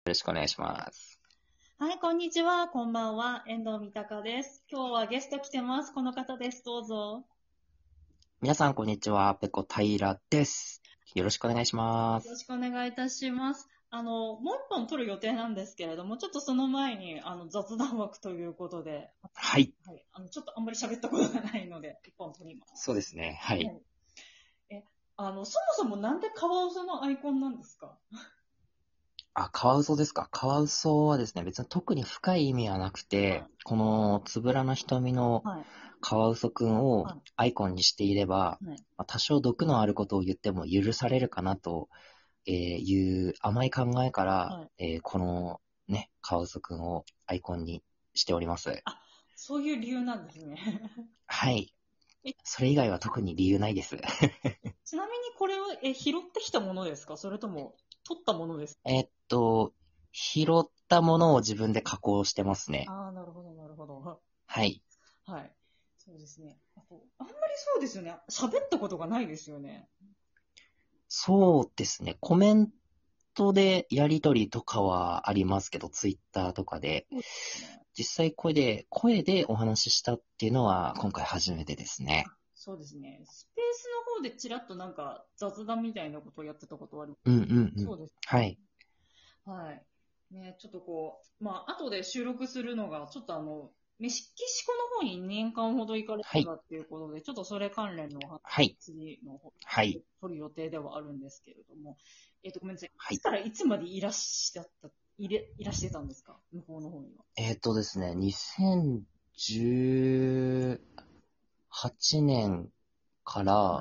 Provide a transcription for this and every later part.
ろしくお願いします。 はい、こんにちは。こんばんは。遠藤三鷹です。今日はゲスト来てます。この方です。どうぞ。 皆さん、こんにちは。ペコ平です。よろしくお願いします。 よろしくお願いいたします。もう一本撮る予定なんですけれども、ちょっとその前に、雑談枠ということで、 はい。 はい、ちょっとあんまり喋ったことがないので、一本撮ります。 そうですね。はい。 はい。え、そもそもなんでカワウソのアイコンなんですか？ カワウソですか。カワウソはですね、別に特に深い意味はなくて、 はこのつぶらな瞳のい、はい、 カワウソくんをはアイコンにしていれば、 い、はい。 多少毒のあることを言っても許されるかなという甘い考えから、 はい。 このね、カワウソくんをアイコンにしております。 あ、そういう理由なんですね。 はい。 え、 それ以外は特に理由ないです。 ちなみにこれは、拾ってきたものですか？それとも、取ったものですか？ 拾ったものを自分で加工してますね。 ああ、なるほど、なるほど。 はい。 はい。そうですね。あんまりそうですよね。喋ったことがないですよね。 そうですね。コメントでやりとりとかはありますけど、ツイッターとかで。 そうですね。 実際声でお話ししたっていうのは今回初めてですね。 そうですね。スペースの方でちらっとなんか雑談みたいなことをやってたことはあります。 うんうんうん。 そうですね。 はい。 はい。ね、ちょっとまあ、後で収録するのが、ちょっとメキシコの方に2年間ほど行かれてはい。 たっていうことで、ちょっとそれ関連のお話、 はい。 次の方、 はい。 取る予定ではあるんですけれども、ごめんなさい。 はい。 いつからいつまでいらしてたんですか？向こうの方には。 ですね、2018年からはい。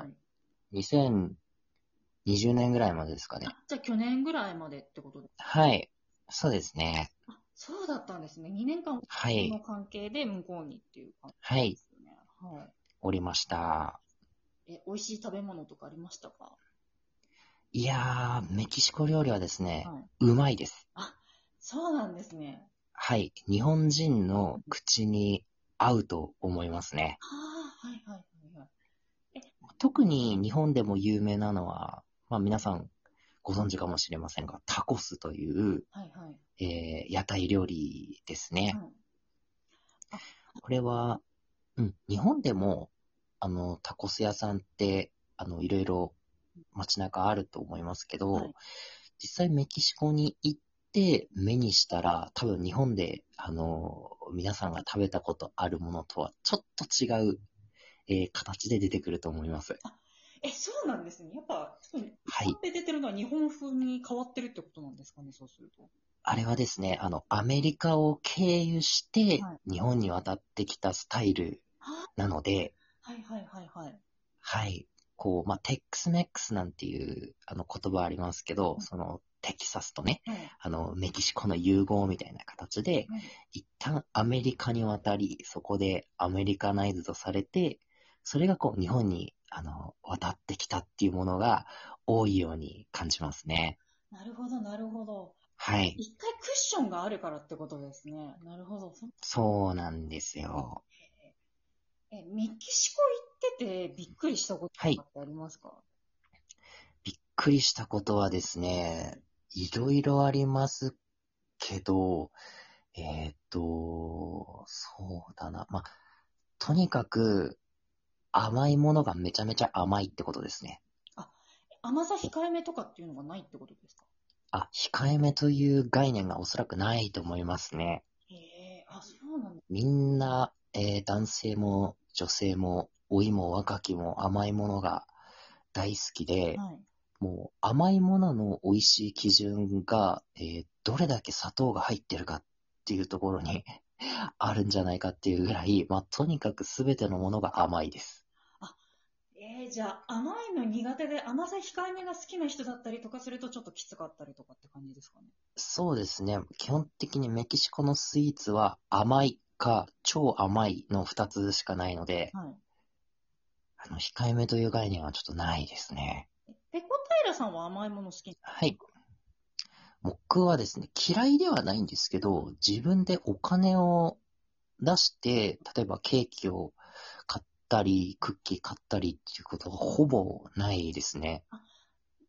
2020年ぐらいまでですかね。 あ、じゃあ去年ぐらいまでってことで。 はい。そうですね。 あ、そうだったんですね。2年間はい。 の関係で向こうにっていう感はい。 じですよね。はおりました。 い。美味しい食べ物とかありましたか？ いやー、メキシコ料理はですね、 はい。 うまいです。 あ、そうなんですね。 はい。日本人の口に合うと思いますね。 ああ、はいはいはいはい。え、 特に日本でも有名なのは、皆さんご存知かもしれませんが、タコスという、 はいはい。 屋台料理ですね。 はい。あ、 これは、日本でも、タコス屋さんって、いろいろ街中あると思いますけど、 はい。 実際メキシコに行って目にしたら、多分日本で、皆さんが食べたことあるものとはちょっと違う、形で出てくると思います。 あ、そうなんですね。やっぱ、日はい。 本で出てるのは日本風に変わってるってことなんですかね、そうすると。 あれはですね、アメリカを経由してはい。 日本に渡ってきたスタイルあ、 なので、 はいはいはいはい。 はい。テックスメックスなんていう言葉ありますけど、そのテキサスとね、 はい。 メキシコの融合みたいな形で、 はい。 一旦アメリカに渡り、そこでアメリカナイズドされて、それが日本に、渡ってきたっていうものが多いように感じますね。 なるほど、なるほど。 はい。 一回クッションがあるからってことですね。なるほど。 そうなんですよ。 メキシコ行っててびっくりしたことはい。 とかってありますか？ びっくりしたことはですね、いろいろありますけど、そうだな。とにかく甘いものがめちゃめちゃ甘いってことですね。 あ、甘さ控えめとかっていうのがないってことですか？ 控えめという概念がおそらくないと思いますね。 へえ、あ、そうなんだ。 みんな、男性も女性も老いも若きも甘いものが大好きで、 はい。 もう甘いものの美味しい基準が、どれだけ砂糖が入ってるかっていうところにあるんじゃないかっていうぐらい、とにかく全てのものが甘いです。 あ、じゃあ甘いの苦手で甘さ控えめが好きな人だったりとかするとちょっときつかったりとかって感じですかね。 そうですね。基本的にメキシコのスイーツは甘いか超甘いの2つしかないので、 はい。 控えめという概念はちょっとないですね。 ペコ平さんは甘いもの好き？ はい。僕はですね、嫌いではないんですけど、自分でお金を出して、例えばケーキを買ったり、クッキー買ったりっていうことはほぼないですね。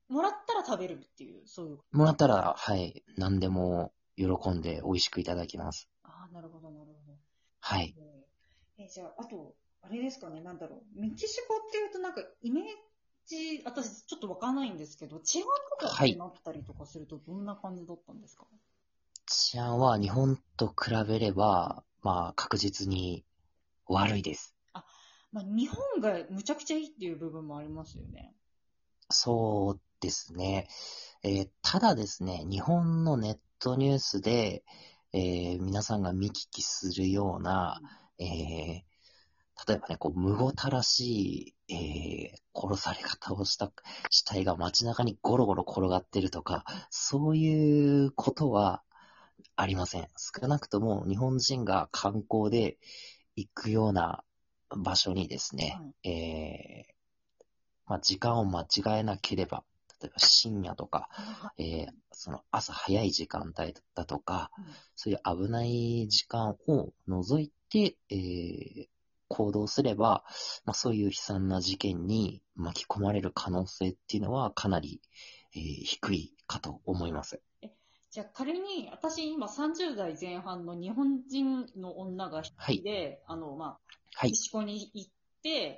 もらったら食べるっていう、そういう。 もらったら、はい、何でも喜んで美味しくいただきます。 ああ、なるほど、なるほど。 はい。 じゃあ、あと、あれですかね、なんだろう。メキシコっていうと、なんか、イメージ、私、ちょっとわかんないんですけど、治安とかっはい。 てなったりとかすると、どんな感じだったんですか？ 治安は日本と比べれば、まあ、確実に悪いです。 あ、まあ、日本がむちゃくちゃいいっていう部分もありますよね。 そうですね。ただですね、日本のネットニュースで、皆さんが見聞きするような、例えばね、こう、むごたらしい、殺され方をした死体が街中にゴロゴロ転がってるとか、そういうことはありません。少なくとも日本人が観光で行くような場所にですね、 はい。 まあ、時間を間違えなければ、例えば深夜とか、 あ、 その朝早い時間帯だとか、 うん。 そういう危ない時間を除いて、行動すれば、まあ、そういう悲惨な事件に巻き込まれる可能性っていうのはかなり、低いかと思います。 え、じゃあ仮に、私今30代前半の日本人の女が一はい、 人で、まあ、メキはい、 シコに行って、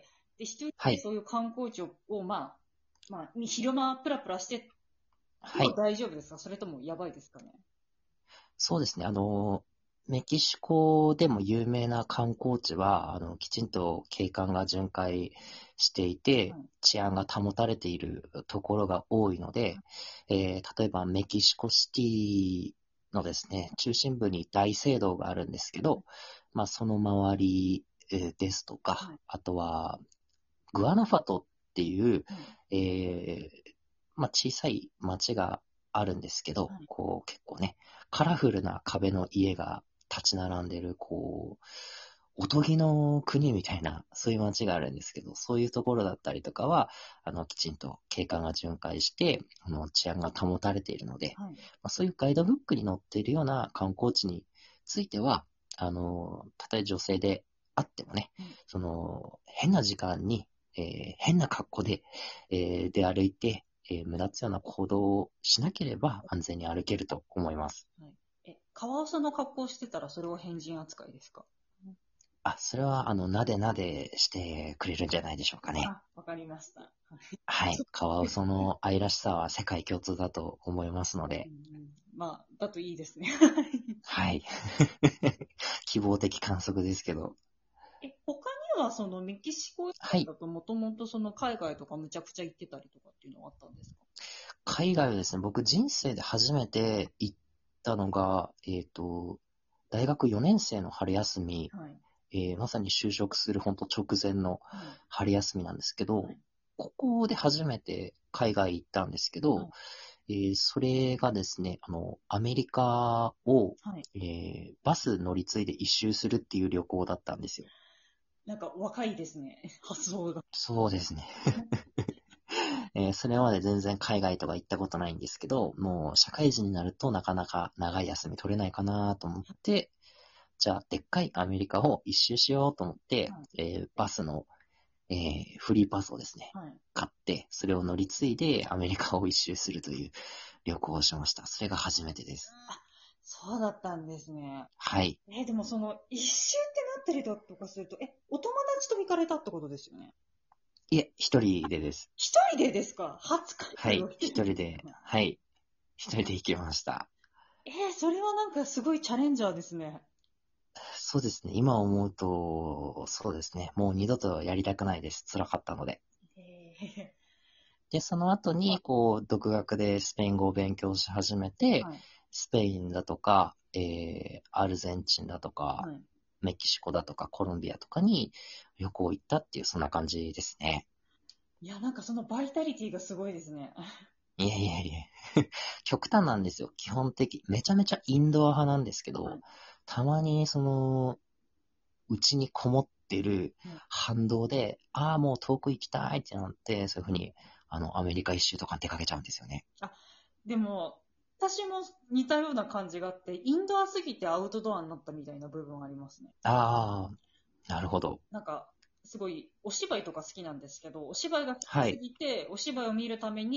で、一人はい、 でそういう観光地を、まあ、昼間プラプラしてもはい。 大丈夫ですか？それともやばいですかね？ そうですね。メキシコでも有名な観光地は、きちんと景観が巡回していて、 はい。 治安が保たれているところが多いので、例えばメキシコシティのですね、中心部に大聖堂があるんですけど、まあ、その周りですとか、 はい。 あとは、グアナファトっていう、 はい。 まあ、小さい町があるんですけど、 はい。 こう結構ね、カラフルな壁の家が立ち並んでる、こう、おとぎの国みたいな、そういう街があるんですけど、そういうところだったりとかは、きちんと景観が巡回して、治安が保たれているので、 はい。 まあ、そういうガイドブックに載っているような観光地については、たとえ女性であってもね、 うん。 その、変な時間に、変な格好で、出歩いて、目立つような行動をしなければ安全に歩けると思います。 はい。カワウソの格好してたらそれは変人扱いですか？ あ、それは、なでなでしてくれるんじゃないでしょうかね。 あ、わかりました。 はい。カワウソの愛らしさは世界共通だと思いますので、 うんうん、まあ、だといいですね。 はい。希望的観測ですけど。 他にはそのメキシコ以はい。 外だともともとその海外とかむちゃくちゃ行ってたりとかっていうのはあったんですか？ 海外はですね、僕人生で初めて行ったのが、大学4年生の春休み、 はい。 まさに就職する本当直前のはい。 春休みなんですけど、 はい。 ここで初めて海外行ったんですけど、 はい。 それがですね、アメリカを、 はい。 バス乗り継いで一周するっていう旅行だったんですよ。 なんか若いですね。発想が。 そうですね。それまで全然海外とか行ったことないんですけど、もう社会人になるとなかなか長い休み取れないかなと思って、じゃあでっかいアメリカを一周しようと思って、 はバスの、フリーパスをですね、 い。はい。 買って、それを乗り継いでアメリカを一周するという旅行をしました。それが初めてです。 あ、そうだったんですね。 はい。 でもその、一周ってなったりだとかすると、お友達と行かれたってことですよね。 いえ、一人でです。 一人でですか？初海はい。 外を一人で。 一人で、はい。一人で行きました。 それはなんかすごいチャレンジャーですね。 そうですね。今思うと、そうですね。もう二度とやりたくないです。辛かったので。 えで、その後に、 はこう、独学でスペイン語を勉強し始めて、 い。 スペインだとか、アルゼンチンだとか、 はい。 メキシコだとか、コロンビアとかに旅行行ったっていう、そんな感じですね。 いや、なんかそのバイタリティがすごいですね。 いえいえいえ。極端なんですよ。基本的。めちゃめちゃインドア派なんですけど、 はい。 たまに、うちにこもってるはい。 反動で、ああ、もう遠く行きたいってなって、そういうふうに、アメリカ一周とかに出かけちゃうんですよね。 あ、でも、私も似たような感じがあって、インドアすぎてアウトドアになったみたいな部分ありますね。 ああ、なるほど。 なんか、すごい、お芝居とか好きなんですけど、お芝居が好きすはい。 ぎて、お芝居を見るために、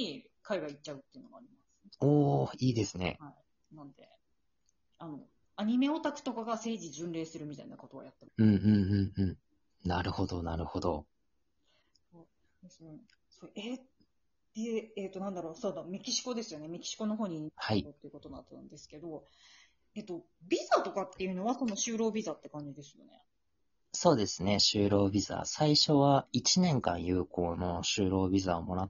海外行っちゃうっていうのがあります。 おー、いいですね。 はい。なんで、アニメオタクとかが政治巡礼するみたいなことをやってます。 うんうんうんうん。なるほど、なるほど。 そうですね。そうで、なんだろう、そうだ、メキシコですよね。メキシコの方にはい。 っていうことだったんですけど、ビザとかっていうのはその就労ビザって感じですよね。 そうですね、就労ビザ。最初は1年間有効の就労ビザをもらって、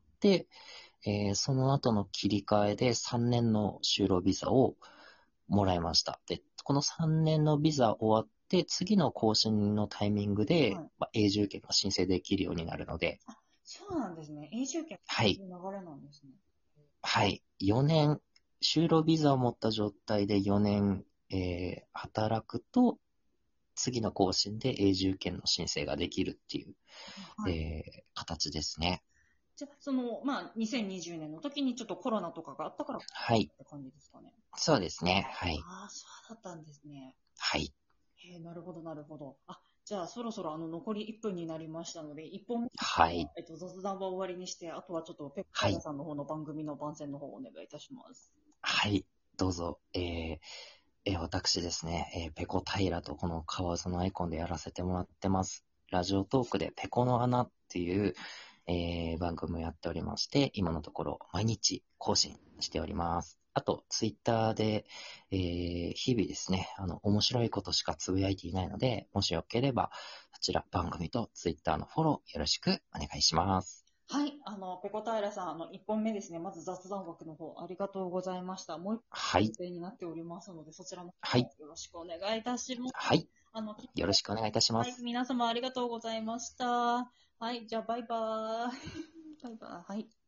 その後の切り替えで3年の就労ビザをもらいました。で、この3年のビザ終わって、次の更新のタイミングで、 はい。 永住権が申請できるようになるので、 あ、そうなんですね。永住権はい。 の流れなんですね。 はい。4年、就労ビザを持った状態で4年、働くと、次の更新で永住権の申請ができるっていう、 はい。 形ですね。 じゃあ、2020年の時にちょっとコロナとかがあったからっはい。 て感じですかね。 そうですね。はい。 ああ、そうだったんですね。 はい。 なるほど、なるほど。あ、じゃあ、そろそろ残り1分になりましたので、1本目は、 はい。 雑談は終わりにして、あとはちょっと、ペッパはい。 ーさんの方の番組の番宣の方をお願いいたします。 はい。どうぞ。私ですね、ペコ平とこのカワウソのアイコンでやらせてもらってます。ラジオトークでペコの穴っていう、番組をやっておりまして、今のところ毎日更新しております。あと、ツイッターで、日々ですね、面白いことしかつぶやいていないので、もしよければ、そちら番組とツイッターのフォローよろしくお願いします。 はい、ペコ平さん、1本目ですね、まず雑談枠の方、ありがとうございました。もう一はい。 個予定になっておりますので、そちらのはい。 方もよろしくお願いいたします。 はい。よろしくお願いいたしまはい、 す。 皆様ありがとうございました。はい、じゃあ、バイバーイ。バイバーイ。はい。